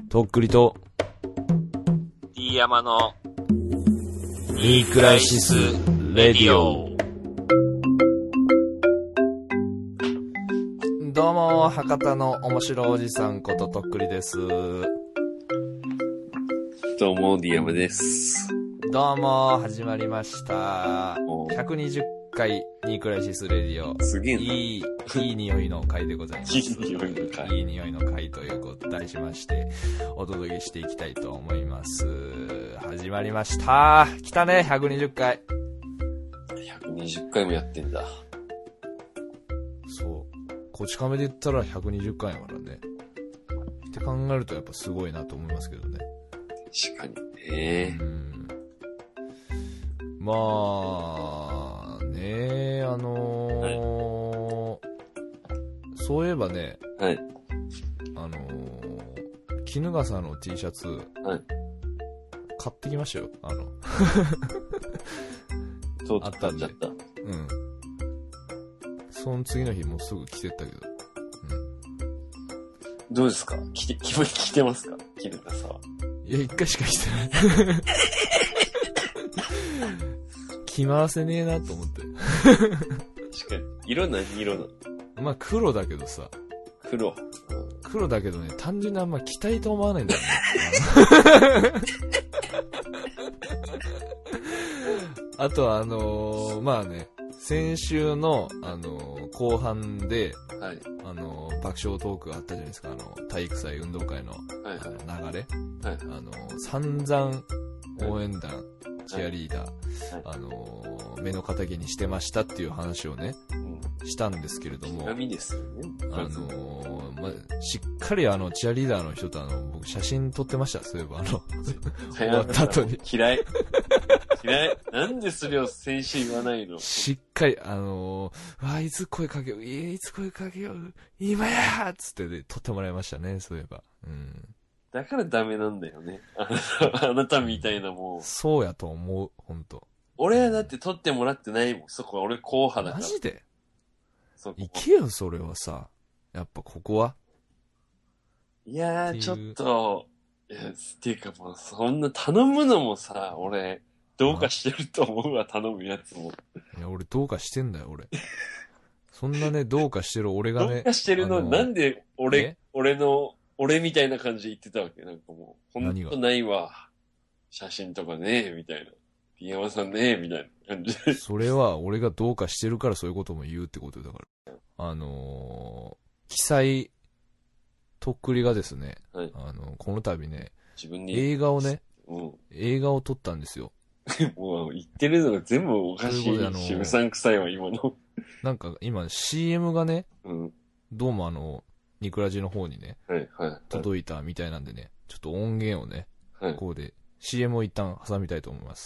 とっくりと D 山のニークライシスレディオ。どうも博多の面白おじさんこととっくりです。 どうも D 山です。 どうも始まりました120回ニークライシスレディオ。 すげえな。 いい匂いの回でございます。 いい匂いの回。 いい匂いの回ということ題しましてお届けしていきたいと思います。始まりました。来たね、120回。 120回もやってんだ。 そう。こち亀で言ったら120回やからね。って考えるとやっぱすごいなと思いますけどね。 確かにね。 まあ、ねはい、そういえばね、 はい。 衣笠の T シャツ、 はい。 買ってきましたよ。 とうとう買っちゃった。 うん。その次の日もうすぐ着てったけど。 どうですか？着てますか？衣笠は。 いや、一回しか着てない。着回せねえなと思って。 確かに。色何色なの？ まあ黒だけどさ。 黒。 黒だけどね、単純にあんま着たいと思わないんだよね。あとはまあね、先週の後半で、 はい、 爆笑トークがあったじゃないですか。体育祭運動会の、 はいはい、 流れ、 はい、 散々応援団、チアリーダー、 はい、 目の敵にしてましたっていう話をね、したんですけれども、 波ですよね。 まあ、しっかりチアリーダーの人と僕写真撮ってました。そういえば終わった後に。 嫌い。なんでそれを先週言わないの？ しっかり、いつ声かけよう、いつ声かけよう、今やーっつってで撮ってもらいましたね、そういえば。 だからダメなんだよね。あなたみたいなもう。 そうやと思う、ほんと。 俺はだって撮ってもらってないもん。そこは俺後派だから。 マジで？ そこ行けよ、それはさ。やっぱここは。 いやー、ちょっと、っていうかもう、そんな頼むのもさ、俺、どうかしてると思うわ、頼むやつも。 いや、俺どうかしてんだよ、俺。そんなね、どうかしてる俺がね。 どうかしてるの、なんで俺みたいな感じで言ってたわけ？なんかもう、ほんとないわ。写真とかね、みたいな。T山さんね、みたいな感じで。 それは俺がどうかしてるからそういうことも言うってことだから。記載、とっくりがですね、 はい、 この度ね、 自分に映画をね、映画を撮ったんですよ。 もう言ってるのが全部おかしいし、うさんくさいわ、今の。 なんか今 CM がね、 どうもニクラジの方にね、届いたみたいなんでね、ちょっと音源をね、ここで CM を一旦挟みたいと思います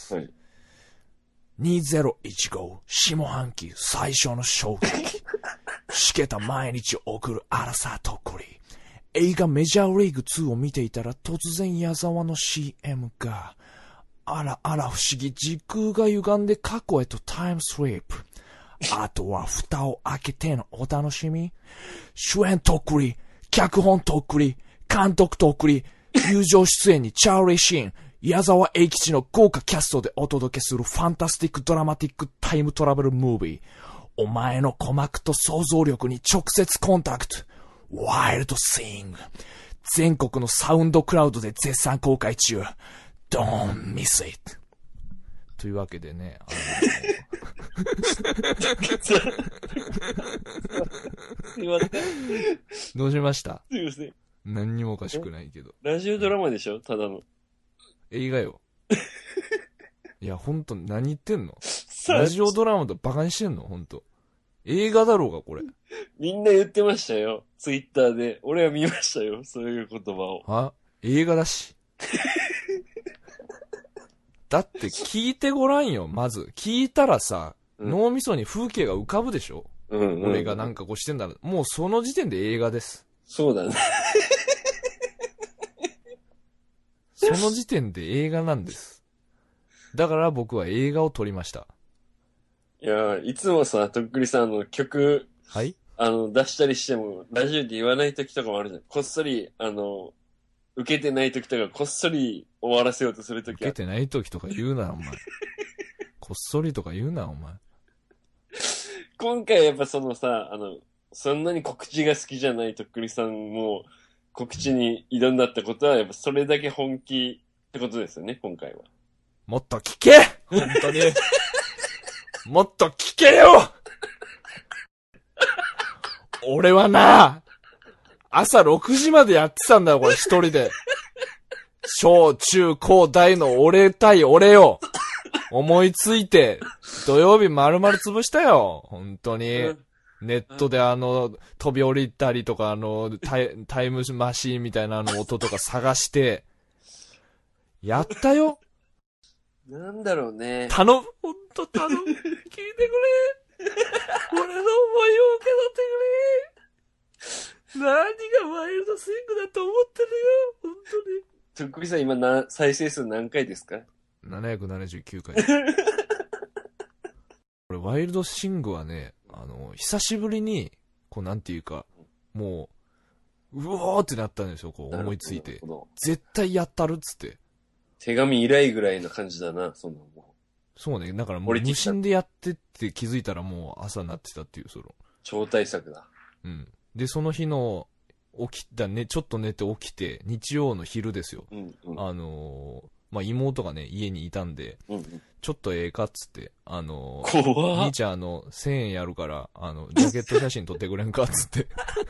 。2015下半期最初の衝撃。しけた毎日を送るアラサーとっくり。映画メジャーリーグ2を見ていたら突然矢沢の CM が。あらあら不思議、時空が歪んで過去へとタイムスリープ。あとは蓋を開けてのお楽しみ。主演とっくり、脚本とっくり、監督とっくり、友情出演にチャーリー・シーン、矢沢永吉の豪華キャストでお届けするファンタスティックドラマティックタイムトラベルムービー。お前の鼓膜と想像力に直接コンタクト。ワイルドシング。全国のサウンドクラウドで絶賛公開中。Don't miss it. というわけでね、どうしました？ すいません。 何にもおかしくないけど。 ラジオドラマでしょ？ただの。 映画よ。いや、ほんと、何言ってんの？ラジオドラマとバカにしてんの？ほんと。映画だろうが、これ。 みんな言ってましたよ。ツイッターで。俺は見ましたよ。そういう言葉を。 映画だし。だって聞いてごらんよ、まず。聞いたらさ、脳みそに風景が浮かぶでしょ？俺がなんかこうしてんだら、もうその時点で映画です。 そうだね。 その時点で映画なんです。だから僕は映画を撮りました。 いや、いつもさ、とっくりさんの曲、 はい？ 出したりしても、ラジオで言わない時とかもあるじゃん。こっそり、 受けてない時とかこっそり終わらせようとする時受けてない時とか言うな、お前。こっそりとか言うな、お前。 今回やっぱそのさ、そんなに告知が好きじゃないとっくりさんも告知に挑んだってことは、やっぱそれだけ本気ってことですよね、今回は。 もっと聞け本当にもっと聞けよ俺はな、朝6時までやってたんだよ、これ一人で。小中高大の俺対俺よ。思いついて、土曜日丸々潰したよ。本当に。ネットで飛び降りたりとかタイムマシーンみたいな音とか探して、やったよ。 なんだろうね。 頼む。ほんと頼む。聞いてくれ。俺の思いを受け取ってくれ。何がワイルドスイングだと思ってるよ。本当に。 とっくりさん今再生数何回ですか？ 779回。これワイルドスイングはね、久しぶりに、こうなんていうか、もう、うおーってなったんですよ、こう思いついて。絶対やったるっつって。 手紙依頼ぐらいの感じだな、そんなもん。 そうね、だからもう無心でやってって気づいたらもう朝になってたっていう、 超大作だ。 うん。で、その日の、ちょっと寝て起きて、日曜の昼ですよ。 うんうん、 まあ、妹がね、家にいたんで、 うんうん、ちょっとええかっつって、 怖兄ちゃん1000円やるから、ジャケット写真撮ってくれんかっつって。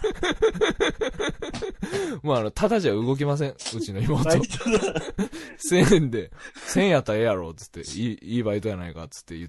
まあ、ただじゃ動きません、うちの妹。1000円で、1000円やったらええやろっつって、いいバイトやないかっつって言って、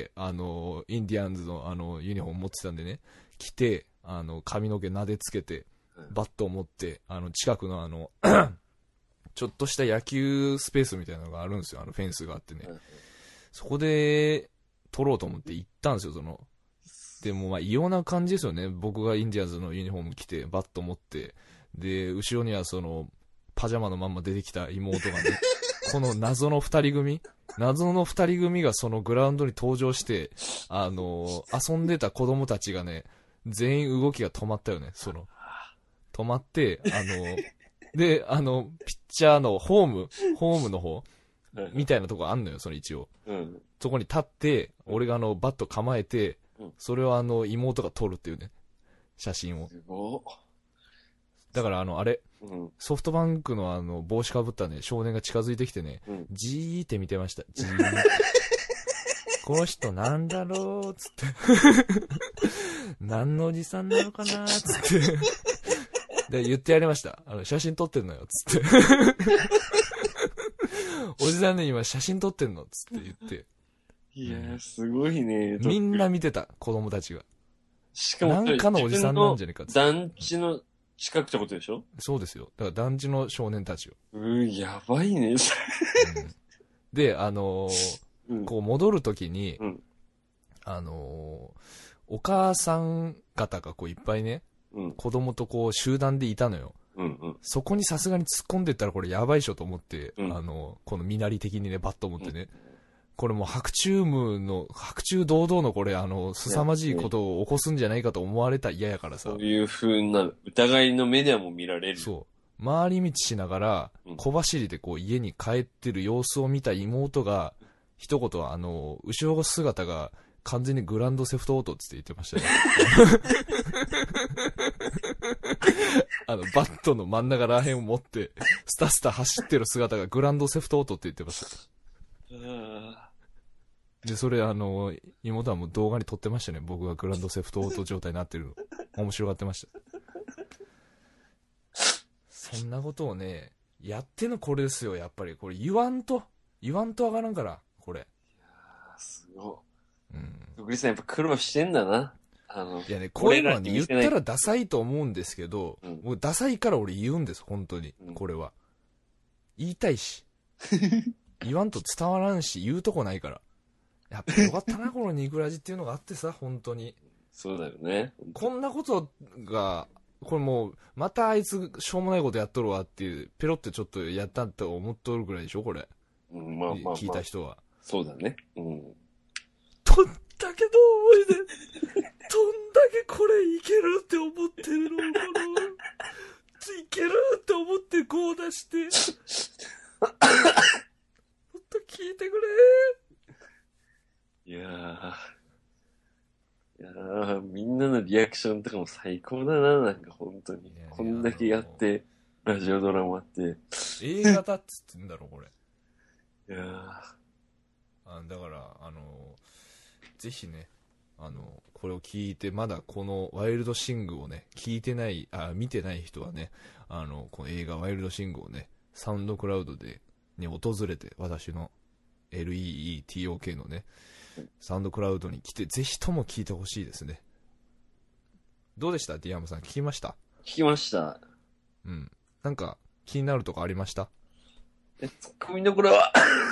インディアンズのユニフォーム持ってたんでね、着て、髪の毛撫でつけて、バットを持って、近くのちょっとした野球スペースみたいなのがあるんですよ。フェンスがあってね。そこで、撮ろうと思って行ったんですよ、でもまあ異様な感じですよね。僕がインディアンズのユニフォーム着て、バット持って、で、後ろにはパジャマのまんま出てきた妹がね、この謎の二人組がそのグラウンドに登場して、遊んでた子供たちがね、全員動きが止まったよね、止まって、で、ピッチャーのホームの方、みたいなとこあんのよ、一応。 うん、 そこに立って、俺がバット構えて、それを妹が撮るっていうね、写真を。 すごだからあれ、ソフトバンクの帽子かぶったね、少年が近づいてきてね、じーって見てました。じーって。この人なんだろうつって。何のおじさんなのかなつって。で、言ってやりました。写真撮ってんのよ、つって。おじさんね、今写真撮ってんのつって言って。 いやー、すごいね。 みんな見てた、子供たちが。 しかも、 なんかのおじさんなんじゃねえかっつって。 団地の近くってことでしょ？ そうですよ。だから団地の少年たちよ。 やばいね。 で、こう戻るときに、お母さん方がこういっぱいね、子供とこう集団でいたのよ。そこにさすがに突っ込んでったらこれやばいっしょと思って、この身なり的にね、バッと思ってね。これもう白昼堂々のこれ凄まじいことを起こすんじゃないかと思われたら嫌やからさ。 そういう風な疑いの目でも見られる。 そう。回り道しながら、小走りでこう家に帰ってる様子を見た妹が、一言は後ろ姿が完全にグランドセフトオートって言ってましたね。バットの真ん中らへんを持って、スタスタ走ってる姿がグランドセフトオートって言ってました。で、それ妹はもう動画に撮ってましたね。僕がグランドセフトオート状態になってるの。面白がってました。そんなことをね、やってのこれですよ、やっぱり。これ言わんとわからんから、これ。いやー、すごい。グリさんやっぱ苦労してんだな。 いやね、こういうのはね、言ったらダサいと思うんですけど、もうダサいから俺言うんです、本当に。これは。言いたいし。言わんと伝わらんし、言うとこないから。やっぱよかったな、このニクラジっていうのがあってさ、本当に。 そうだよね。 こんなことが、これもう、またあいつ、しょうもないことやっとるわっていう、ペロってちょっとやったって思っとるぐらいでしょ、これ。 まあ、 聞いた人は。 そうだね。 どんだけの思いで、どんだけこれいけるって思ってるの、この、 ついけると思ってこう出して。もっと聞いてくいやみんなのリアクションとかも最高だな、なんか本当に。こんだけやって、ラジオドラマって。 映画だっつってんだろ、これ。 いやだから、ぜひね、これを聞いて、まだこのワイルドシングをね、見てない人はね、この映画ワイルドシングをね、サウンドクラウドに訪れて、私の LEETOK のね、サウンドクラウドに来て、ぜひとも聞いてほしいですね。どうでした？ディアムさん、聞きました？ 聞きました。 うん。なんか、気になるとこありました？ ツッコミどころは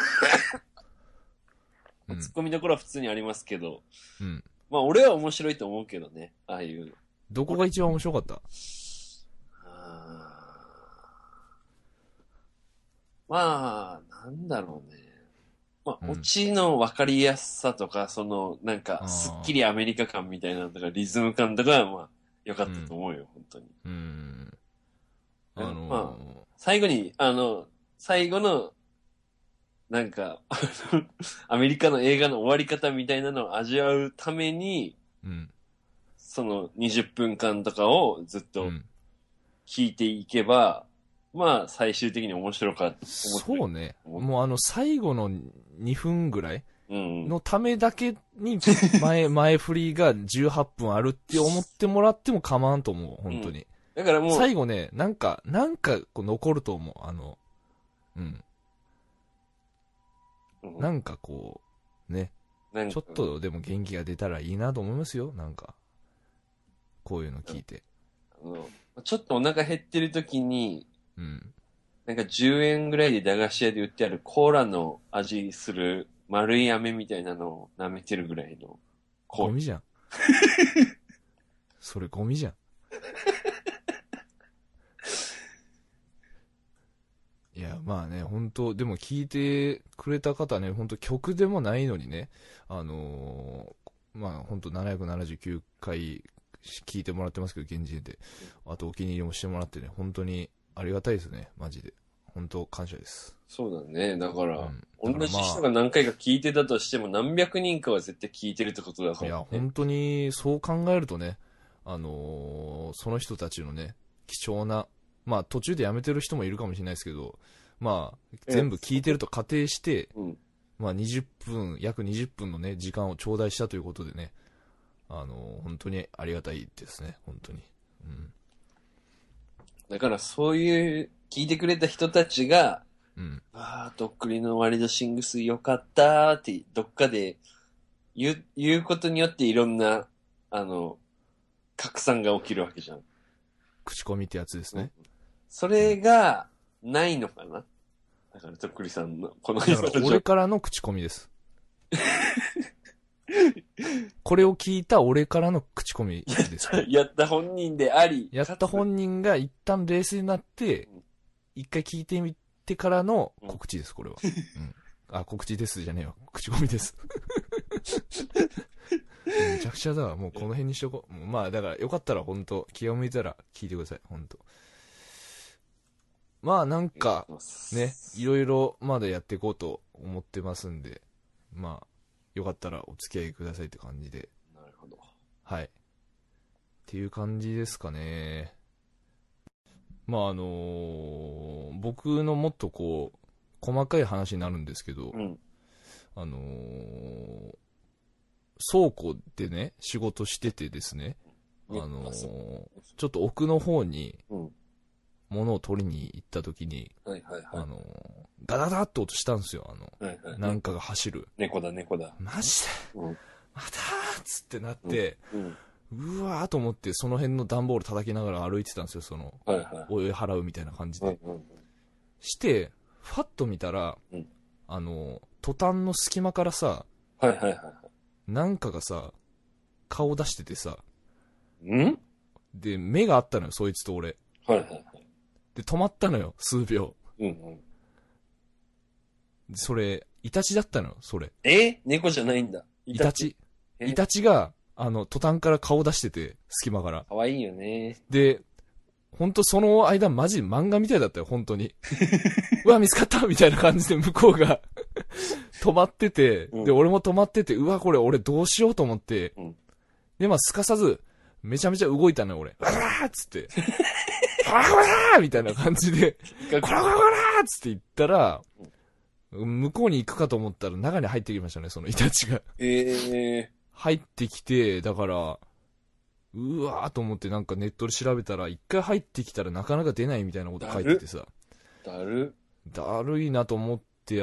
うん、 ツッコミどころは普通にありますけど、 うん。 まあ俺は面白いと思うけどね、ああいうの。 どこが一番面白かった？ まあ、なんだろうね。まあ、 うん、 オチの分かりやすさとか、なんか、すっきりアメリカ感みたいなのとか、リズム感とかは、まあ、良かったと思うよ、本当に。まあ、最後の、なんか、アメリカの映画の終わり方みたいなのを味わうために、その20分間とかをずっと聞いていけば、まあ、最終的に面白かった。 そうね。もう最後の2分ぐらいのためだけに前振りが18分あるって思ってもらっても構わんと思う、本当に。 だからもう。 最後ね、なんかこう残ると思う。なんかこう、ね。ちょっとでも元気が出たらいいなと思いますよ、なんか。こういうの聞いて。 ちょっとお腹減ってる時に、なんか10円ぐらいで駄菓子屋で売ってあるコーラの味する丸い飴みたいなのを舐めてるぐらいの。 ゴミじゃん。それゴミじゃん。いや、まあね、本当でも聞いてくれた方ね、本当曲でもないのにね、まあ本当779回聞いてもらってますけど、現時点で。あとお気に入りもしてもらってね、本当にありがたいですね、マジで。本当感謝です。 そうだね。だから、同じ人が何回か聞いてたとしても、何百人かは絶対聞いてるってことだから、ね。 いや、本当にそう考えるとね、その人たちのね、貴重な、まあ途中でやめてる人もいるかもしれないですけど、まあ全部聞いてると仮定して、まあ約20分のね、時間を頂戴したということでね、本当にありがたいですね、本当に。 だからそういう聞いてくれた人たちが、とっくりのワイルドシングスよかったーってどっかで言うことによっていろんな、拡散が起きるわけじゃん。 口コミってやつですね。 それがないのかな。だからとっくりさんのこのだから俺からの口コミです。これを聞いた俺からの口コミです。 やった本人であり。 やった本人が一旦冷静になって、一回聞いてみてからの告知です、これは。告知ですじゃねえよ。口コミです。めちゃくちゃだわ。もうこの辺にしとこう。まあだからよかったら本当気が向いたら聞いてください。本当。まあなんか、ね、いろいろまだやっていこうと思ってますんで、まあ、よかったらお付き合いくださいって感じで。 なるほど。 はい。っていう感じですかね。まあ僕のもっとこう、細かい話になるんですけど、倉庫でね、仕事しててですね、ちょっと奥の方に、物を取りに行った時に、ガタガタって音したんですよ、なんかが走る。 猫だ。 マジで、またーっつってなって、うわーと思って、その辺の段ボール叩きながら歩いてたんですよ、お湯払うみたいな感じで。して、ファッと見たら、トタンの隙間からさ、なんかがさ、顔出しててさ、で、目があったのよ、そいつと俺。で、止まったのよ、数秒。それ、イタチだったのよ、それ。 猫じゃないんだ。 イタチが、トタンから顔出してて、隙間から。 かわいいよね。 で、 ほんとその間マジ漫画みたいだったよ、本当に。うわ、見つかったみたいな感じで向こうが止まってて、で、俺も止まってて、うわ、これ俺どうしようと思って、で、まあ、すかさず、めちゃめちゃ動いたのよ、俺。わーっつって。こらこらーみたいな感じで、こらこらこらーっつって言ったら、向こうに行くかと思ったら中に入ってきましたね、そのイタチが。入ってきて、だから、うわーと思ってなんかネットで調べたら、一回入ってきたらなかなか出ないみたいなこと書いててさ。だるいなと思って、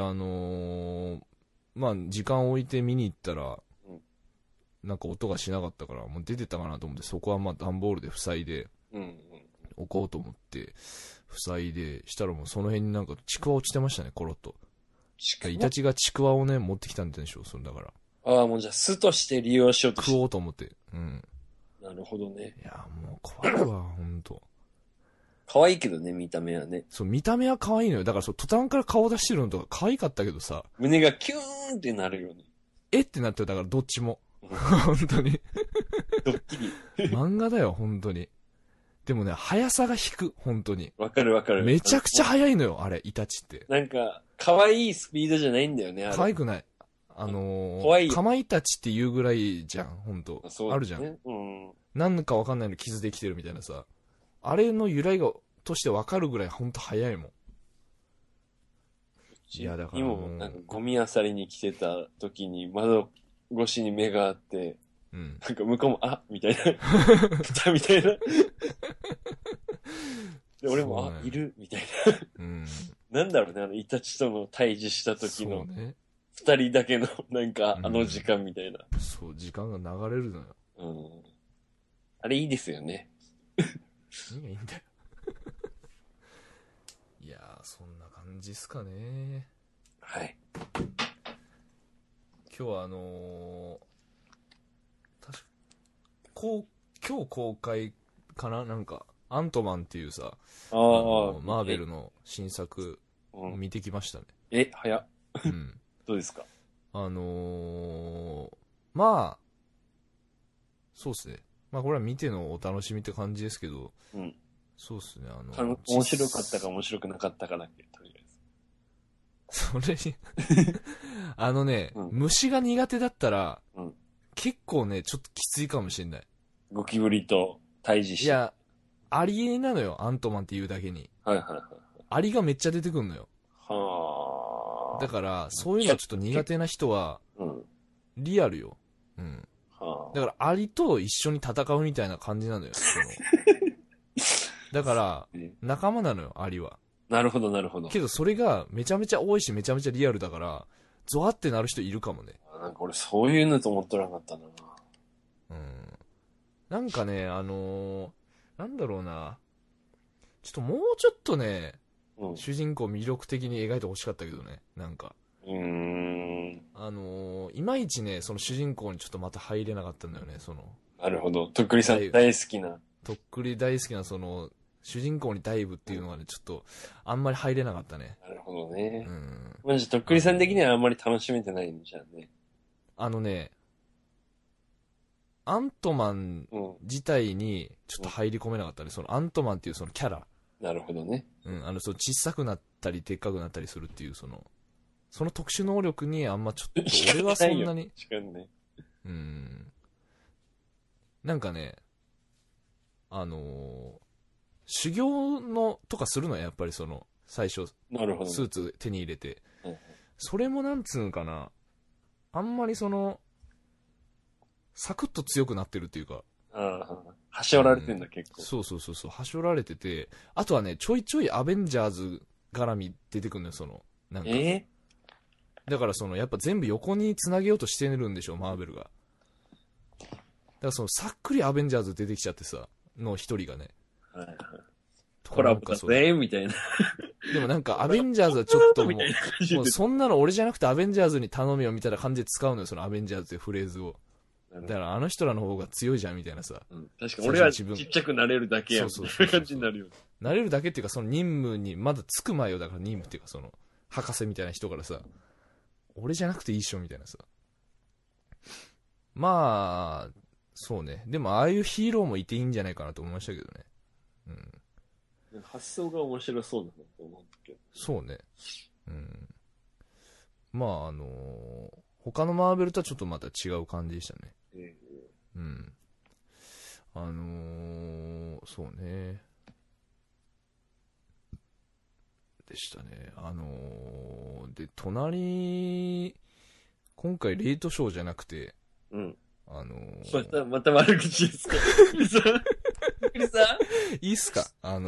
まあ、時間を置いて見に行ったら、なんか音がしなかったから、もう出てたかなと思って、そこはまあ段ボールで塞いで、置こうと思って、塞いで、したらもうその辺になんかちくわ落ちてましたね、コロッと。イタチがちくわをね、持ってきたんでしょ、それだから。 ああ、もうじゃあ巣として利用しようとして。 食おうと思って。うん。 なるほどね。 いや、もう怖いわ、ほんと。 可愛いけどね、見た目はね。 そう、見た目は可愛いのよ。だからそう、途端から顔出してるのとか可愛かったけどさ。 胸がキューンってなるよね。 えってなってる、だからどっちも。本当に。 ドッキリ。 漫画だよ、本当に。でもね、速さが引く、本当に。 わかるわかる。 めちゃくちゃ速いのよ、あれ、イタチって。 なんか、可愛いスピードじゃないんだよね、あれ。 可愛くない。 怖い。 かまいたちって言うぐらいじゃん、本当そう、ね、 あるじゃん。 うん。 なんかわかんないの傷できてるみたいなさ。あれの由来が、としてわかるぐらい本当早いもん。 いや、だから今もなんかゴミ漁りに来てた時に窓越しに目があって、なんか向こうも、あみたいな。来たみたいな。で、俺も、いるみたいな。なんだろうね、イタチとの対峙した時の、二人だけの、なんか、時間みたいな。 そう、時間が流れるのよ。 あれいいですよね。 何がいいんだよ。いやー、そんな感じっすかね。 はい。 今日は今日公開かな、なんか、アントマンっていうさ、マーベルの新作見てきましたね。 早っ。どうですか？ まあ、そうっすね。まあこれは見てのお楽しみって感じですけど、そうっすね、 面白かったか面白くなかったかだけ、とりあえず。それに、虫が苦手だったら、結構ね、ちょっときついかもしれない。 ゴキブリと対峙して。 いや、アリなのよ、アントマンっていうだけに。アリがめっちゃ出てくんのよ。だから、そういうのちょっと苦手な人は、リアルよ。だから、アリと一緒に戦うみたいな感じなのよ。だから、仲間なのよ、アリは。 なるほど、なるほど。 けど、それがめちゃめちゃ多いし、めちゃめちゃリアルだから、ゾワってなる人いるかもね。 なんか俺、そういうのと思ってなかったな。 なんかね、なんだろうな。ちょっともうちょっとね、主人公魅力的に描いてほしかったけどね、なんか。いまいちね、その主人公にちょっとまた入れなかったんだよね、 なるほど。とっくりさん大好きな。 とっくり大好きな、主人公にダイブっていうのがね、ちょっと、あんまり入れなかったね。 なるほどね。まじ、とっくりさん的にはあんまり楽しめてないんじゃんね。 アントマン自体にちょっと入り込めなかったね。アントマンっていうそのキャラ。 なるほどね。 小さくなったり、でっかくなったりするっていう、その特殊能力にあんまちょっと、俺はそんなに。なんかね、修行のとかするのよ、やっぱり最初。 なるほど。 スーツ手に入れて。それもなんつうのかな、あんまりサクッと強くなってるっていうか。 はしょられてんだ、結構。 そう、はしょられてて、あとはね、ちょいちょいアベンジャーズ絡み出てくるのよ、なんか。だからやっぱ全部横に繋げようとしてるんでしょ、マーベルが。だからさっくりアベンジャーズ出てきちゃってさ、の一人がね。 コラボだぜ、みたいな。 でもなんかアベンジャーズはちょっともうそんなの俺じゃなくてアベンジャーズに頼めよみたいな感じで使うのよ、そのアベンジャーズってフレーズを。だからあの人らの方が強いじゃんみたいなさ。 確かに俺はちっちゃくなれるだけやん。そういう感じになるよ。 なれるだけっていうか、その任務にまだつく前よ。だから任務っていうか博士みたいな人からさ、俺じゃなくていいっしょみたいなさ。まあ、そうね。でもああいうヒーローもいていいんじゃないかなと思いましたけどね。 発想が面白そうだなと思ったけど。 そうね。まあ他のマーベルとはちょっとまた違う感じでしたね。そうね。でしたね。で、今回レイトショーじゃなくて、 また悪口ですか？びっくりさんいいっすか？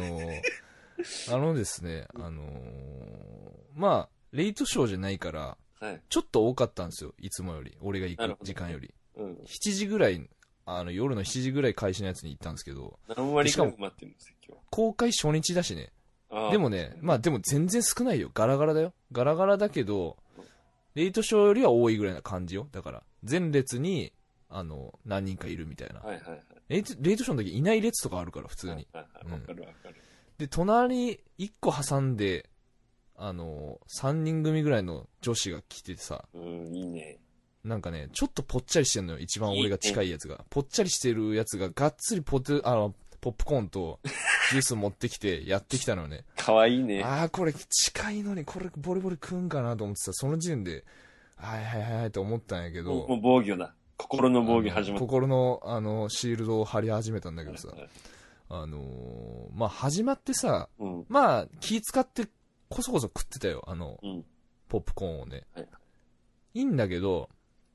ですね、まあ、レイトショーじゃないから、ちょっと多かったんですよ、いつもより。俺が行く時間より。7時ぐらい、夜の7時ぐらい開始のやつに行ったんですけど、 何割か待ってるんですよ、今日。 公開初日だしね。でもね、まあでも全然少ないよ。ガラガラだよ。ガラガラだけど、レイトショーよりは多いぐらいな感じよ。だから、前列に、何人かいるみたいな。レイトショーの時いない列とかあるから、普通に。 わかる。 で、隣1個挟んで、3人組ぐらいの女子が来てさ。 いいね。 なんかね、ちょっとぽっちゃりしてんのよ。一番俺が近いやつが。ぽっちゃりしてるやつががっつりポップコーンとジュース持ってきてやってきたのよね。 かわいいね。 これ近いのにこれボリボリ食うんかなと思ってさ、その時点で、はいと思ったんやけど。 もう防御だ。心の防御始まった。 心のシールドを貼り始めたんだけどさ。まあ始まってさ、まあ気使ってこそこそ食ってたよ。ポップコーンをね。いいんだけど、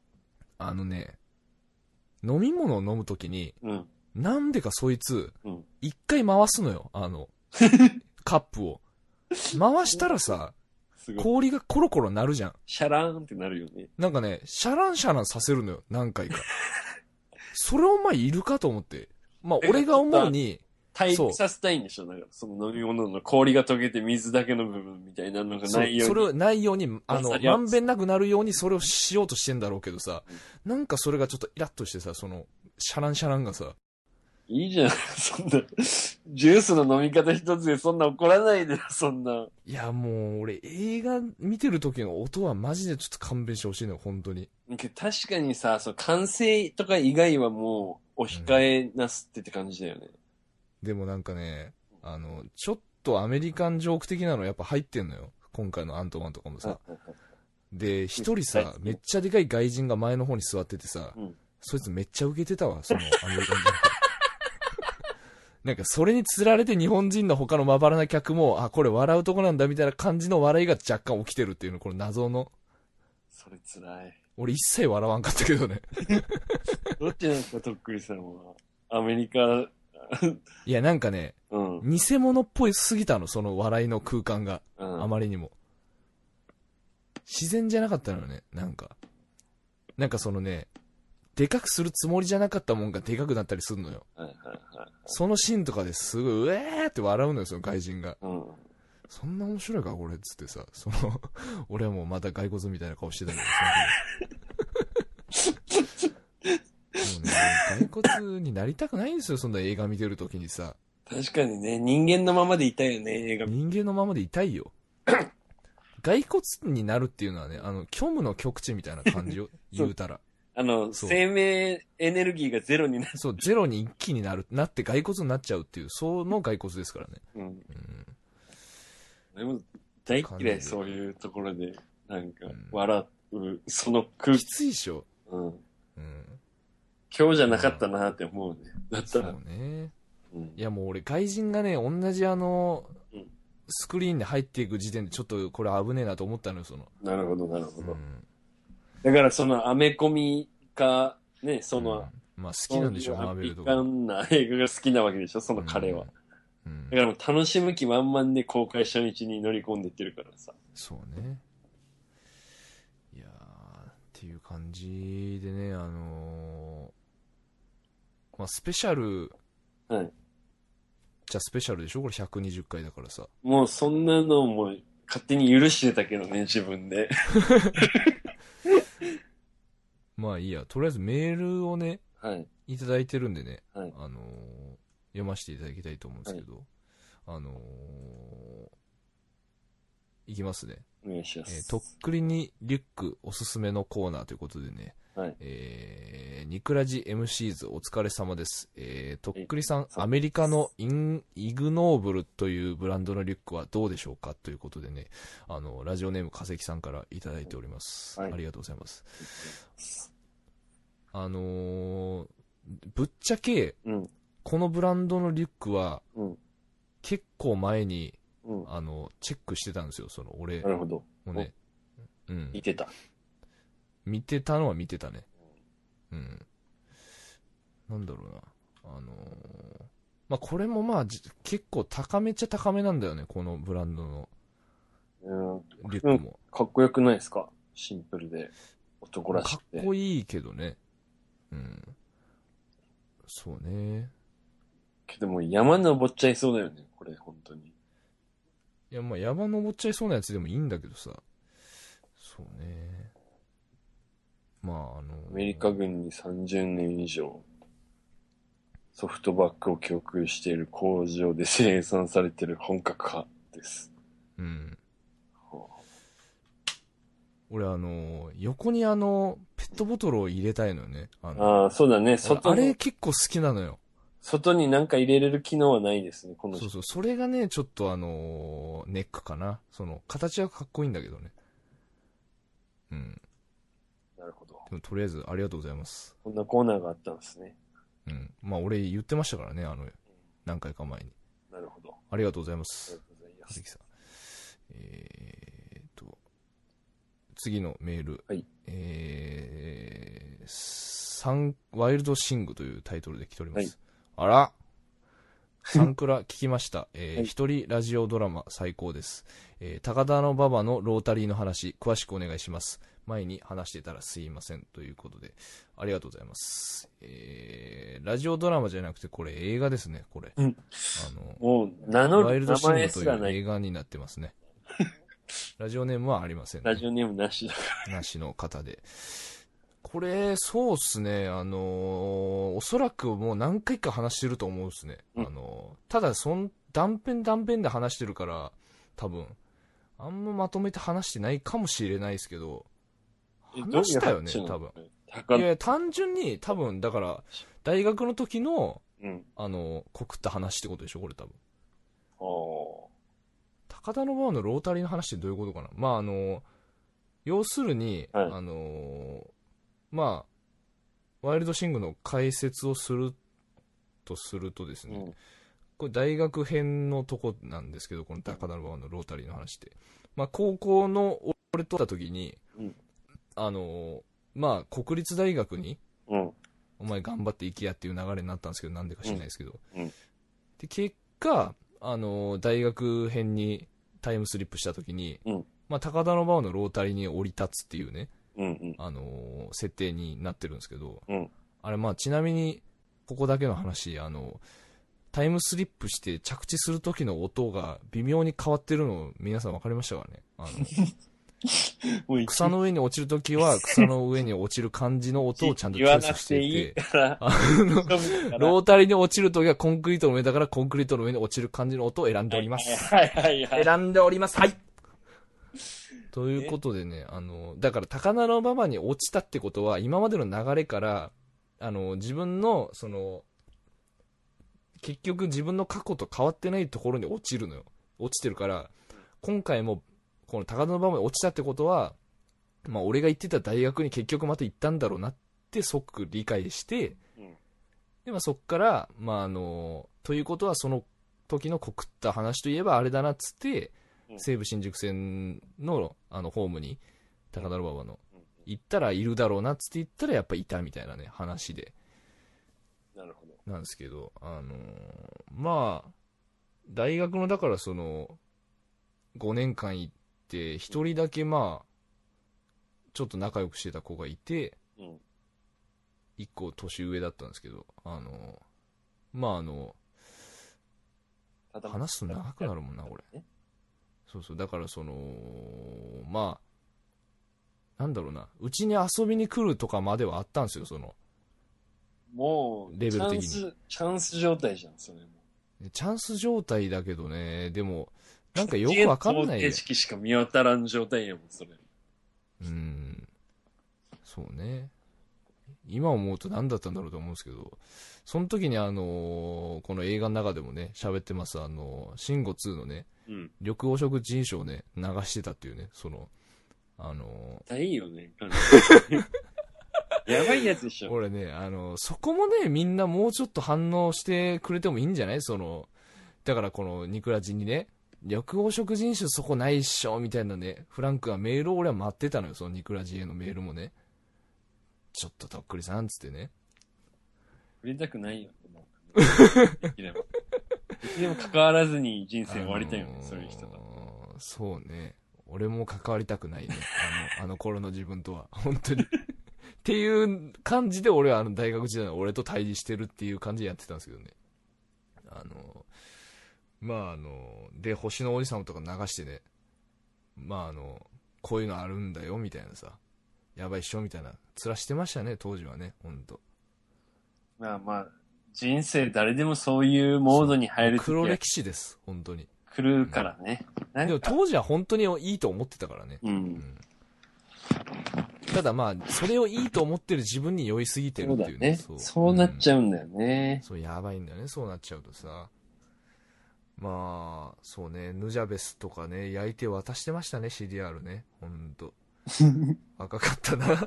飲み物を飲むときに、なんでかそいつ、一回回すのよ、カップを。回したらさ、氷がコロコロ鳴るじゃん。 シャラーンってなるよね。 なんかね、シャランシャランさせるのよ、何回か。それお前いるかと思って。まあ、俺が思うに、 対比させたいんでしょ？なんか、その飲み物の氷が溶けて水だけの部分みたいなのがないように。 それをないように、まんべんなくなるようにそれをしようとしてんだろうけどさ、なんかそれがちょっとイラッとしてさ、シャランシャランがさ。 いいじゃん、そんな。ジュースの飲み方一つでそんな怒らないでよ、そんな。 いや、もう、俺、映画見てる時の音はマジでちょっと勘弁してほしいのよ、本当に。 確かにさ、完成とか以外はもう、お控えなすって感じだよね。 でもなんかね、ちょっとアメリカンジョーク的なのやっぱ入ってんのよ。今回のアントマンとかもさ。で、一人さ、めっちゃでかい外人が前の方に座っててさ、そいつめっちゃウケてたわ、アメリカンジョーク。なんかそれに釣られて日本人の他のまばらな客も、これ笑うとこなんだみたいな感じの笑いが若干起きてるっていうの、この謎の。 それ辛い。 俺一切笑わんかったけどね。 どっちなんですか、とっくりさんは。アメリカ。 いや、なんかね、偽物っぽいすぎたの、その笑いの空間が。あまりにも。自然じゃなかったのよね、なんかそのね、でかくするつもりじゃなかったもんがでかくなったりするのよ。そのシーンとかですごい、うえーって笑うのよ、その外人が。そんな面白いか、これっつってさ、俺はもうまた骸骨みたいな顔してたけど、もうね、骸骨になりたくないんですよ、そんな映画見てるときにさ。 確かにね、人間のままでいたいよね、映画。 人間のままでいたいよ。骸骨になるっていうのはね、虚無の極致みたいな感じを言うたら。 生命エネルギーがゼロになる。 そう、ゼロに一気になって骸骨になっちゃうっていう、その骸骨ですからね。 でも、大嫌い、そういうところで、なんか、笑う、その空気。 きついでしょ。 今日じゃなかったなって思うね。だったら。 そうね。いやもう俺、外人がね、同じスクリーンで入っていく時点でちょっとこれ危ねえなと思ったのよ、 なるほど。だからアメコミか、ね、 まあ好きなんでしょ、マーベルとか。 アメリカンな映画が好きなわけでしょ、その彼は。だからもう楽しむ気満々で公開初日に乗り込んでってるからさ。 そうね。いやー、っていう感じでね、まあスペシャル、じゃあスペシャルでしょこれ120回だからさ。 もうそんなのも勝手に許してたけどね、自分で。 まあいいや、とりあえずメールをね、いただいてるんでね、読ませていただきたいと思うんですけど、いきますね。 お願いします。 とっくりにリュックおすすめのコーナーということでね、 はい。 ニクラジ MCs お疲れ様です。とっくりさん、アメリカのイグノーブルというブランドのリュックはどうでしょうかということでね、ラジオネーム化石さんからいただいております。 はい、 ありがとうございます。ぶっちゃけ、 うん、 このブランドのリュックは、 うん、 結構前に、 うん、 チェックしてたんですよ、俺。 なるほど。 もね、うん。 見てた。 見てたのは見てたね。うん。なんだろうな。まあ、これもまあ、結構高めっちゃ高めなんだよね、このブランドのリュックも。 かっこよくないですか？シンプルで。男らしくて。 かっこいいけどね。うん。そうね。 けども山登っちゃいそうだよね、これ、本当に。 いや、まあ、山登っちゃいそうなやつでもいいんだけどさ。そうね。まあ、 アメリカ軍に30年以上、ソフトバックを供給している工場で生産されている本格派です。 うん。 はあ、 俺横にペットボトルを入れたいのよね。 ああ、そうだね。 あれ結構好きなのよ。 外になんか入れれる機能はないですね、この人。 そうそう。それがね、ちょっとネックかな。形はかっこいいんだけどね。うん。 なるほど。 でもとりあえずありがとうございます。 こんなコーナーがあったんですね。 うん。まあ俺言ってましたからね、何回か前に。 なるほど。 ありがとうございます。 ありがとうございます。 さん。次のメール。 はい。 ワイルドシングというタイトルで来ております。 はい、 あらサンクラ聞きました。 はい、 一人ラジオドラマ最高です。高田の馬場のロータリーの話、詳しくお願いします。前に話してたらすいません。ということで、ありがとうございます。ラジオドラマじゃなくて、これ映画ですね、これ。 うん、もう、ワイルドシングという映画になってますね。ラジオネームはありませんね。 ラジオネームなしだから。 なしの方で。これ、そうっすね。おそらくもう何回か話してると思うっすね。 うん、 ただ、断片で話してるから、多分、あんままとめて話してないかもしれないですけど、話したよね、多分。いや、単純に、多分、だから、大学の時の、 うん、 告った話ってことでしょ、これ多分。 高田馬場のロータリーの話ってどういうことかな。まあ、要するに、 はい、 まあ、ワイルドシングの解説をするとですね、 うん、 これ大学編のとこなんですけど、この高田馬場のロータリーの話って。まあ、高校の俺と会った時に、 うん、 まあ、国立大学に、 うん、 お前頑張って行きやっていう流れになったんですけど、なんでか知らないですけど。 うん、 で、結果、大学編にタイムスリップした時に、 うん、 まあ、高田馬場のロータリーに降り立つっていうね、 うんうん、 設定になってるんですけど、 うん、 あれまあちなみにここだけの話、タイムスリップして着地する時の音が微妙に変わってるの皆さん分かりましたかね。草の上に落ちる時は草の上に落ちる感じの音をちゃんと抽出していて、ロータリーに落ちる時はコンクリートの上だからコンクリートの上に落ちる感じの音を選んでおります。 はいはいはい。 選んでおります。はい。ということでね、だから高田馬場に落ちたってことは、今までの流れから、自分の、結局自分の過去と変わってないところに落ちるのよ。落ちてるから、今回も、この高田馬場に落ちたってことは、まあ、俺が行ってた大学に結局また行ったんだろうなって即理解して、で、まあ、そっから、まあ、ということはその時の告った話といえばあれだなっつって、西武新宿線のホームに高田馬場の行ったらいるだろうなっつって言ったらやっぱいたみたいなね話で、 なるほど。 なんですけど、まあ大学のだから5年間行って一人だけまあちょっと仲良くしてた子がいて、一個年上だったんですけど、まあ話すと長くなるもんな俺。そうそう、だからまあ、なんだろうな、うちに遊びに来るとかまではあったんですよ、 もう、 レベル的に。 チャンス状態じゃん、それも。 チャンス状態だけどね、でも、なんかよくわかんないよ。 景色しか見当たらん状態やもん、それ。 そうね。 今思うと何だったんだろうと思うんですけど、その時にこの映画の中でもね、喋ってます、シンゴ2のね、 うん。 緑黄色人種をね、流してたっていうね、 いいよね、感じ。やばいやつでしょ。 俺ね、そこもね、みんなもうちょっと反応してくれてもいいんじゃない？だからこのニクラジにね、緑黄色人種そこないっしょ、みたいなね、フランクがメールを俺は待ってたのよ、そのニクラジへのメールもね。ちょっととっくりさんつってね。 売りたくないよ。できれば。でも関わらずに人生終わりたいよね、そういう人と。 そうね。俺も関わりたくないね。あの頃の自分とは。本当に。っていう感じで俺は大学時代の俺と対峙してるっていう感じでやってたんですけどね。で、星の王子様とか流してね。こういうのあるんだよ、みたいなさ。やばいっしょ、みたいな。面してましたね、当時はね、ほんと。 まあ、人生誰でもそういうモードに入るとき黒は歴史です、本当に。 来るからね。 でも当時は本当にいいと思ってたからね。ただそれをいいと思ってる自分に酔いすぎてるっていうね。 そうなっちゃうんだよね。 そう、やばいんだよね、そうなっちゃうとさ。そうね、ヌジャベスとかね、焼いて渡してましたね、CDR ね。ほんと。若かったな。い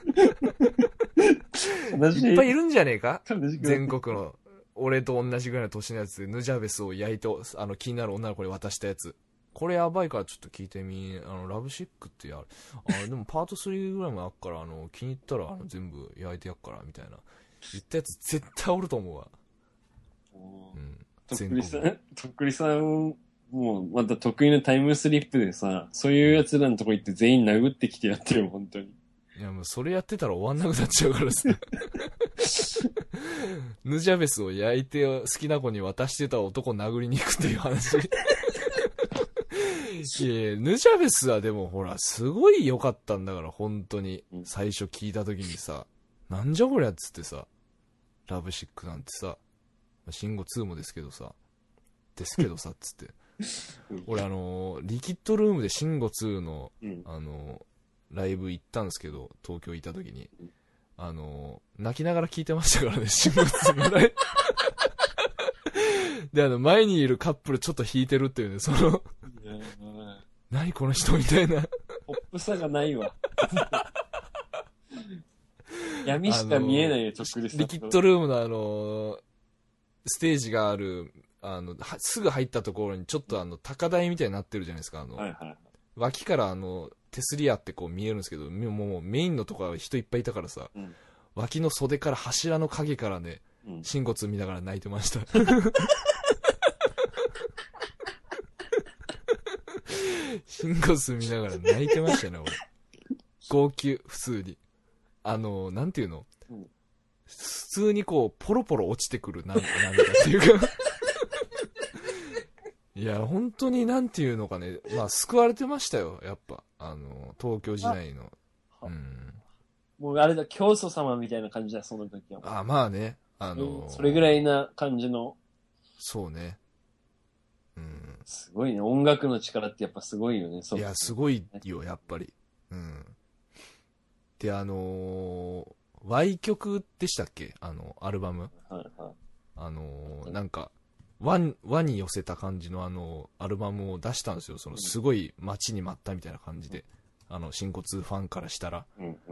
っぱいいるんじゃねえか？全国の。俺と同じぐらいの年のやつで、ヌジャベスを焼いて、気になる女の子に渡したやつ。これやばいからちょっと聞いてみ。ラブシックってでもパート3ぐらいもあっから、気に入ったら、全部焼いてやっから、みたいな。言ったやつ絶対おると思うわ。 とっくりさん、もうまた得意のタイムスリップでさ、そういう奴らのとこ行って全員殴ってきてやってるよ、本当に。 いやもうそれやってたら終わんなくなっちゃうからさ。ヌジャベスを焼いて好きな子に渡してた男を殴りに行くっていう話。いやヌジャベスはでもほら、すごい良かったんだから、本当に。最初聞いた時にさ、なんじゃこりゃっつってさ、ラブシックなんてさ、シンゴ2もですけどさ、っつって。俺リキッドルームでシンゴ2の、ライブ行ったんですけど、東京行った時に。泣きながら聞いてましたからね、シンゴ2のライブ。で、前にいるカップルちょっと弾いてるっていうね、何この人みたいな。 ポップさがないわ。闇しか見えないよ、とっくりさん。 リキッドルームのステージがある、すぐ入ったところにちょっと高台みたいになってるじゃないですか、脇から手すりあってこう見えるんですけど、もうメインのところは人いっぱいいたからさ、脇の袖から柱の影からね、シンゴ2見ながら泣いてました。シンゴ2見ながら泣いてましたね、俺。号泣、普通に。なんていうの、普通にこう、ポロポロ落ちてくる涙っていうか。いや、本当になんていうのかね、救われてましたよ、やっぱ。東京時代の。 もうあれだ、教祖様みたいな感じだ、その時は。それぐらいな感じの。 そうね。 すごいね。音楽の力ってやっぱすごいよね。 いや、すごいよ、やっぱり。で、Y 曲でしたっけ？アルバム。なんか、和に寄せた感じのアルバムを出したんですよ。すごい待ちに待ったみたいな感じで。新骨ファンからしたら。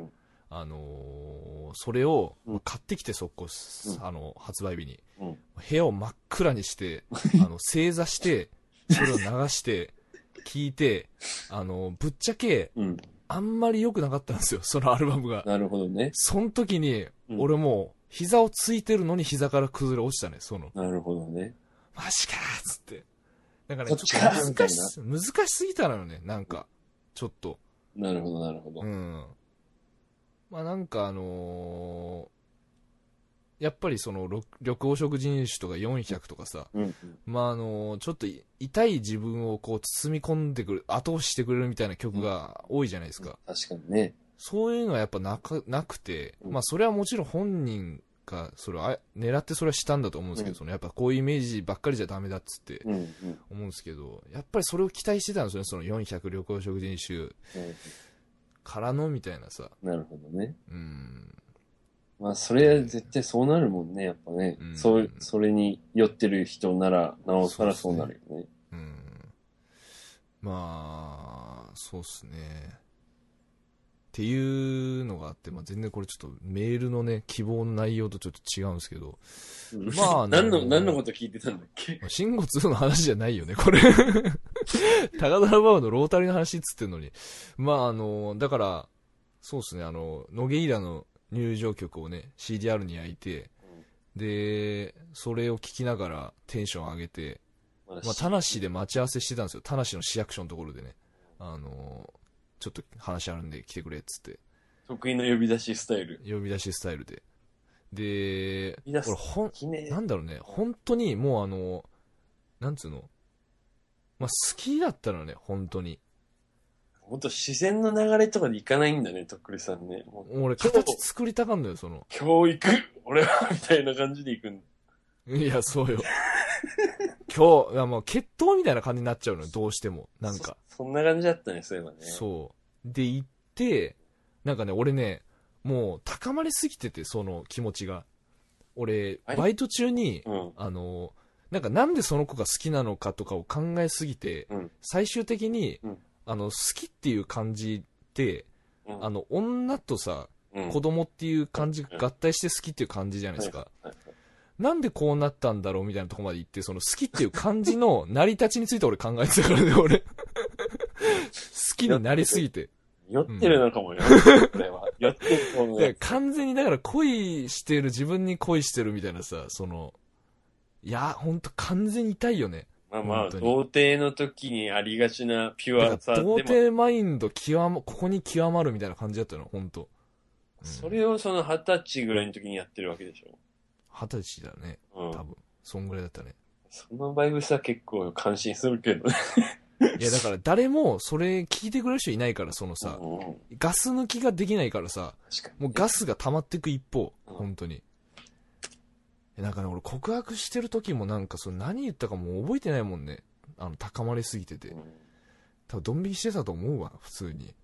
それを買ってきて速攻、発売日に。部屋を真っ暗にして、正座して、それを流して、聞いて、ぶっちゃけ、あんまり良くなかったんですよ、そのアルバムが。 なるほどね。 その時に、俺もう、膝をついてるのに膝から崩れ落ちたね、 なるほどね。 マジかーっつって。なんかね、ちょっと難しすぎたのよね、なんか、ちょっと。 なるほど、なるほど。 なんかやっぱり緑黄色人種とか400とかさ、ちょっと痛い自分をこう包み込んでくる、後押ししてくれるみたいな曲が多いじゃないですか。 確かにね。 そういうのはやっぱなくて、それはもちろん本人がそれを狙ってそれはしたんだと思うんですけど、やっぱこういうイメージばっかりじゃダメだっつって思うんですけど、やっぱりそれを期待してたんですよね、その400緑黄色人種からのみたいなさ。 なるほどね。 まあ、それは絶対そうなるもんね、やっぱね。 うんそれに酔ってる人なら、なおさらそうなるよね。 うん。まあ、そうっすね。っていうのがあって、まあ、全然これちょっとメールのね、希望の内容とちょっと違うんですけど、 うんまあ何のこと聞いてたんだっけ？ 慎吾2の話じゃないよね、これ。高田馬場のロータリーの話っつってんのに。まあだから、そうですね、ノゲイラの入場曲をね、CDR に焼いて、で、それを聞きながらテンション上げて、まあ、田無で待ち合わせしてたんですよ。田無の市役所のところでね。ちょっと話あるんで来てくれっつって。 得意の呼び出しスタイル。 呼び出しスタイルで。で、 呼び出す俺なんだろうね、本当にもうなんつうの、まあ、好きだったのね、本当に。 もっと自然の流れとかでいかないんだね、とっくりさんね。 俺、形作りたかんのよ、その。 教育俺はみたいな感じでいくんだ。 いや、そうよ。今日、いやもう、決闘みたいな感じになっちゃうのよ、どうしても。なんか。 そんな感じだったね、そういえばね。 そう。で、行って、なんかね、俺ね、もう、高まりすぎてて、その気持ちが。俺、バイト中に、なんでその子が好きなのかとかを考えすぎて、最終的に、好きっていう感じって、女とさ、子供っていう感じが合体して好きっていう感じじゃないですか。なんでこうなったんだろうみたいなとこまで行って、その好きっていう感じの成り立ちについて俺考えてたからね、俺。好きになりすぎて。 酔ってるのかもよ、これは。酔ってる方の。 完全にだから恋してる、自分に恋してるみたいなさ、いや、ほんと完全に痛いよね。 まあまあ、童貞の時にありがちなピュアさでも。 童貞マインドここに極まるみたいな感じだったの、ほんと。 それをその20歳ぐらいの時にやってるわけでしょ。 20歳だね。多分。そんぐらいだったね。 そのバイブスは結構感心するけどね。 いやだから誰もそれ聞いてくれる人いないから、そのさ、ガス抜きができないからさ、もうガスが溜まっていく一方、本当に。なんかね、俺告白してる時もなんか何言ったかもう覚えてないもんね。高まりすぎてて。多分ドン引きしてたと思うわ、普通に。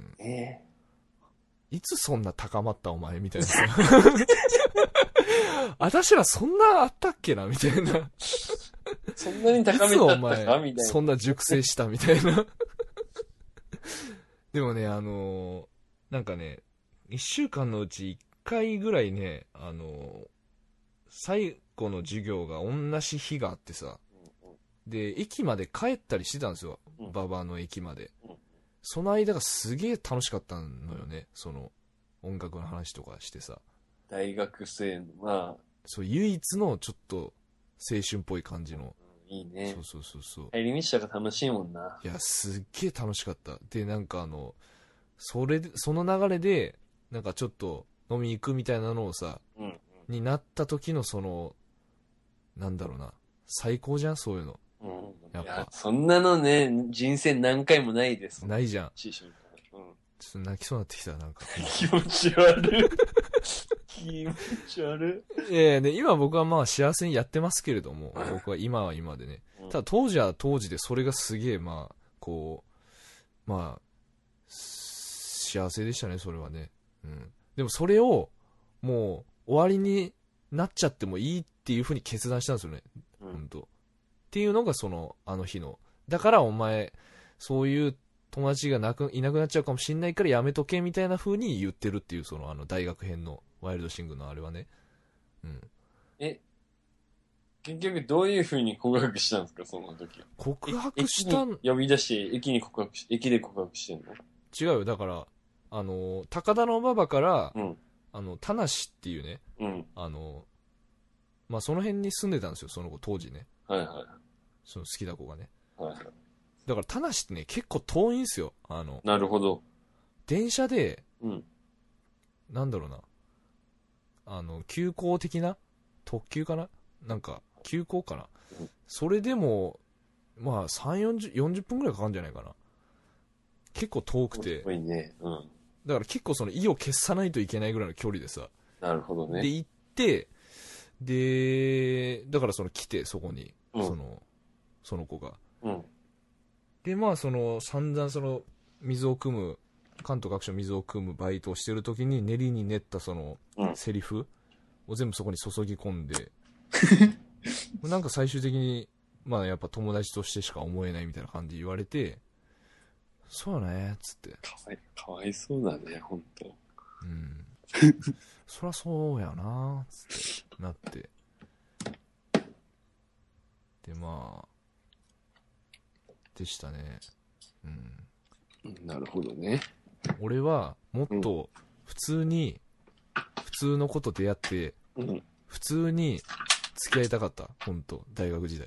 いつそんな高まったお前みたいなさ。私らそんなあったっけなみたいな。 そんなに高めたったかみたいな。 そんな熟成したみたいな。でもね、なんかね、1週間のうち1回ぐらいね、最後の授業が同じ日があってさ、で、駅まで帰ったりしてたんですよ。馬場の駅まで。その間がすげえ楽しかったのよね。音楽の話とかしてさ。 大学生の、まあ。 そう、唯一のちょっと青春っぽい感じの。 いいね。 そう。 帰り道とか楽しいもんな。 いや、すっげえ楽しかった。で、なんかその流れで、なんかちょっと飲み行くみたいなのをさ、になった時のなんだろうな、最高じゃん、そういうの。 やっぱ。いや、そんなのね、人生何回もないです。 ないじゃん。ちょっと泣きそうになってきた、なんか。 気持ち悪い。気持ち悪い。 ね、今僕はまあ幸せにやってますけれども、僕は今は今でね。ただ当時は当時でそれがすげえ、まあ、まあ、幸せでしたね、それはね。でもそれを、もう、終わりになっちゃってもいいっていう風に決断したんですよね。本当。っていうのがあの日の。だからお前、そういう友達がいなくなっちゃうかもしんないからやめとけみたいな風に言ってるっていう、大学編のワイルドシングのあれはね。 結局どういう風に告白したんですか、その時は。 告白した呼び出して、駅で告白してんの？ 違うよ、だから、高田馬場から、田無っていうね、まあ、その辺に住んでたんですよ、その子、当時ね。その好きな子がね。だから、田無ってね、結構遠いんですよ。 なるほど。 電車で、なんだろうな、急行的な特急かななんか、急行かな、それでも、まあ、40分くらいかかるんじゃないかな。結構遠くて。 遠いね。 だから結構意を消さないといけないぐらいの距離でさ。 なるほどね。 で、行って、で、だから来て、そこに、その子が。で、まあ散々水を汲む関東各所水を汲むバイトをしてる時に練りに練ったそのセリフを全部そこに注ぎ込んで、なんか最終的にまあやっぱ友達としてしか思えないみたいな感じで言われて、そうよねっつって、 かわいそうだね、ほんと。 うん。そりゃそうやなっつってなって、でまあでしたね。うん。 なるほどね。 俺はもっと普通に、普通の子と出会って、普通に付き合いたかった。ほんと大学時代。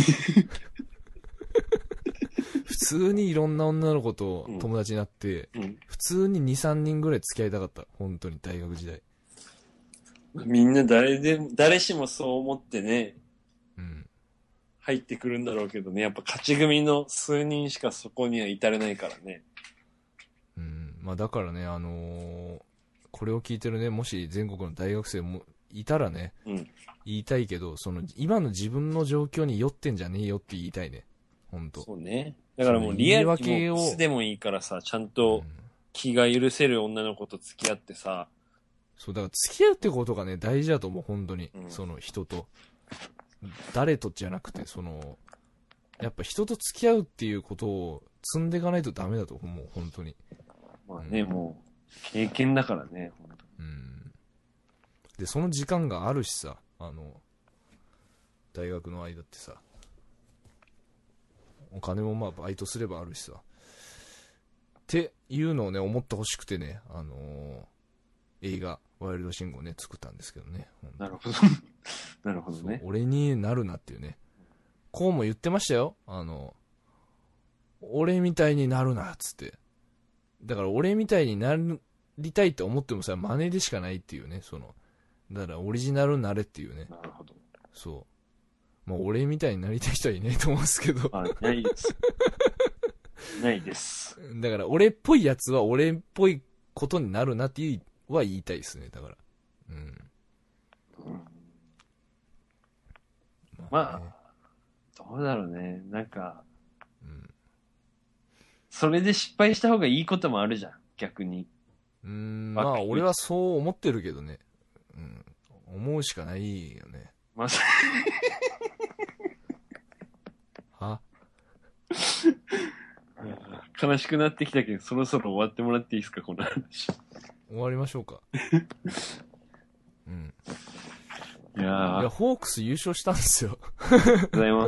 普通にいろんな女の子と友達になって、普通に 2,3 人ぐらい付き合いたかった。本当に大学時代。 みんな誰しもそう思ってね、 うん、 入ってくるんだろうけどね、やっぱ勝ち組の数人しかそこには至れないからね。 うん、まあだからね、これを聞いてるね、もし全国の大学生もいたらね、言いたいけど、その今の自分の状況に酔ってんじゃねえよって言いたいね。本当。 そうね。だからもうリアルにも素でもいいからさ、ちゃんと気が許せる女の子と付き合ってさ。 そう、だから付き合うってことがね、大事だと思う、本当に。その人と。誰とじゃなくて、その、やっぱ人と付き合うっていうことを積んでいかないとダメだと思う、本当に。 まあね、もう、経験だからね、本当に。 で、その時間があるしさ、大学の間ってさ、お金もまあバイトすればあるしさっていうのをね思ってほしくてね、映画ワイルドシングをね作ったんですけどね。 なるほどなるほどね。 俺になるなっていうね、こうも言ってましたよ。俺みたいになるなっつって。だから俺みたいになりたいって思ってもさ、真似でしかないっていうね。そのだからオリジナルになれっていうね。 なるほど。 そう、まあ、俺みたいになりたい人はいないと思うんですけど。 ないです。ないです。 だから、俺っぽいやつは俺っぽいことになるなっていうは言いたいですね。だから。 まあ、どうだろうね。なんか、それで失敗した方がいいこともあるじゃん。逆に。 まあ、俺はそう思ってるけどね。思うしかないよね。 まあ、 は悲しくなってきたけど、そろそろ終わってもらっていいですか、この話。 終わりましょうか。 いや、 ホークス優勝したんですよ。 ありがとうございます。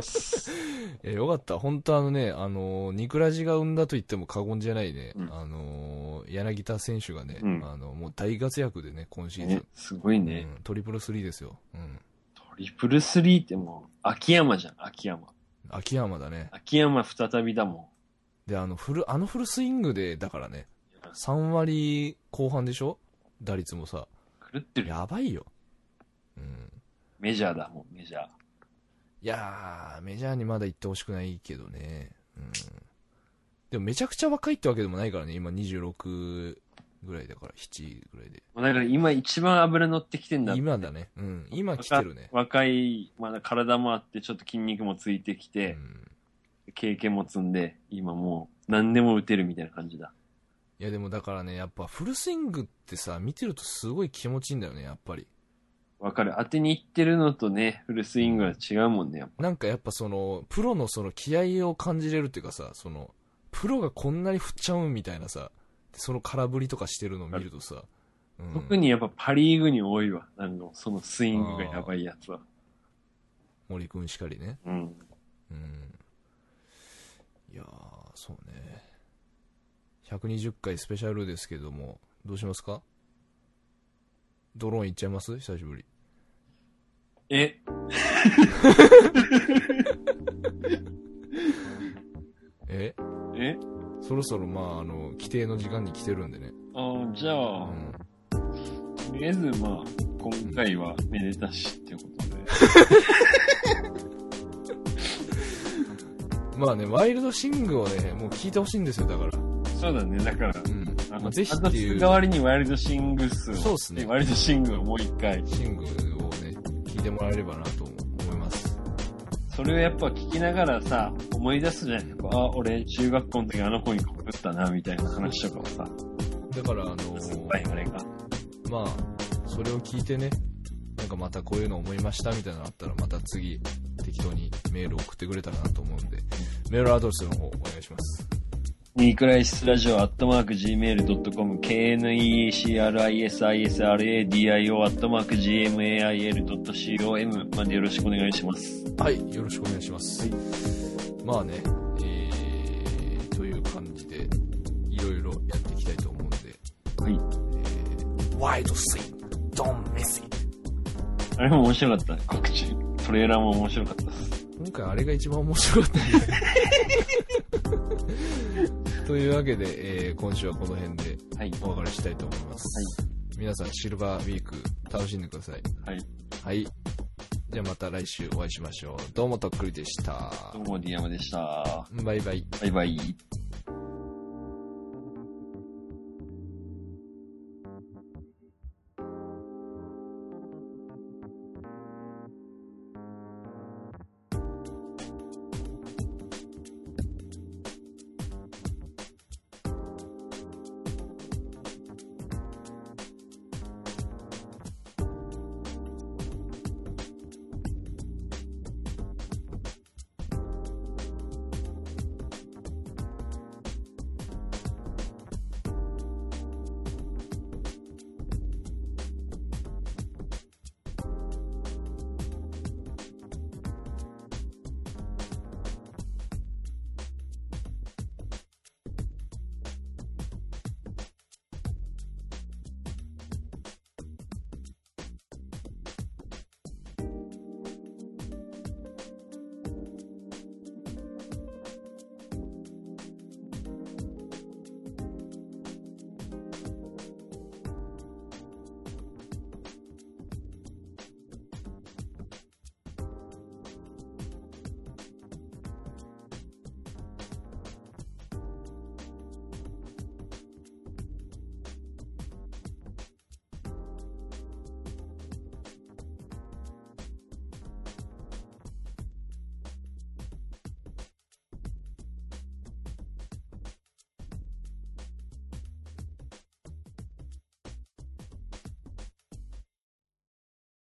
よかった。本当ニクラジが生んだと言っても過言じゃないね。柳田選手がね、もう大活躍でね、今シーズン。 すごいね。 トリプルスリーですよ。 トリプルスリーってもう、秋山じゃん、秋山。 秋山だね。 秋山再びだもん。で、フルスイングで、だからね、3割後半でしょ打率もさ。 狂ってる。 やばいよ。 メジャーだもん、メジャー。 いやー、メジャーにまだ行ってほしくないけどね。でもめちゃくちゃ若いってわけでもないからね。今26ぐらいだから、7ぐらいで。 だから今一番脂乗ってきてんだって。 今だね。今来てるね。 若い、まだ体もあって、ちょっと筋肉もついてきて、経験も積んで、今もう何でも打てるみたいな感じだ。 いやでもだからね、やっぱフルスイングってさ、見てるとすごい気持ちいいんだよね、やっぱり。 わかる。当てに行ってるのとね、フルスイングは違うもんね、やっぱ。 なんかやっぱその、プロのその気合を感じれるっていうかさ、その、プロがこんなに振っちゃうみたいなさ、その空振りとかしてるのを見るとさ、 特にやっぱパリーグに多いわ。なんかそのスイングがやばいやつは。 森くんしかりね。いやー、そうね。120回スペシャルですけども、どうしますか？ドローン行っちゃいます？久しぶり。そろそろまあ規定の時間に来てるんでね。 じゃあ、とりあえずまあ今回はめでたしってことで。 まあね、ワイルドシングをね、もう聞いてほしいんですよ、だから。 そうだね、だから。 ぜひっていう。 代わりにワイルドシング数を。 そうですね。 ワイルドシングをもう一回。 シングをね、聞いてもらえればなと思います。 それをやっぱ聞きながらさ、思い出すじゃん。やっぱ俺中学校の時あの子に告ったな、みたいな話とかをさ。 だからはい、あれか。 まあそれを聞いてね、なんかまたこういうの思いましたみたいなのあったら、また次適当にメール送ってくれたらなと思うんで、メールアドレスの方お願いします。 ニークライシスラジオ@gmail.com KNECRISISRADIO@gmail.com までよろしくお願いします。 はい、よろしくお願いします。 はい、 まあね、という感じでいろいろやっていきたいと思うんで、 はい。 Wide Sleep, Don't Miss It。 あれも面白かった。告知。トレーラーも面白かったです。 今回あれが一番面白かったというわけで、今週はこの辺でお別れしたいと思います。はい、皆さんシルバーウィーク楽しんでください。 はい。 はい。じゃあまた来週お会いしましょう。どうもとっくりでした。 どうもディアマでした。 バイバイ。 バイバイ。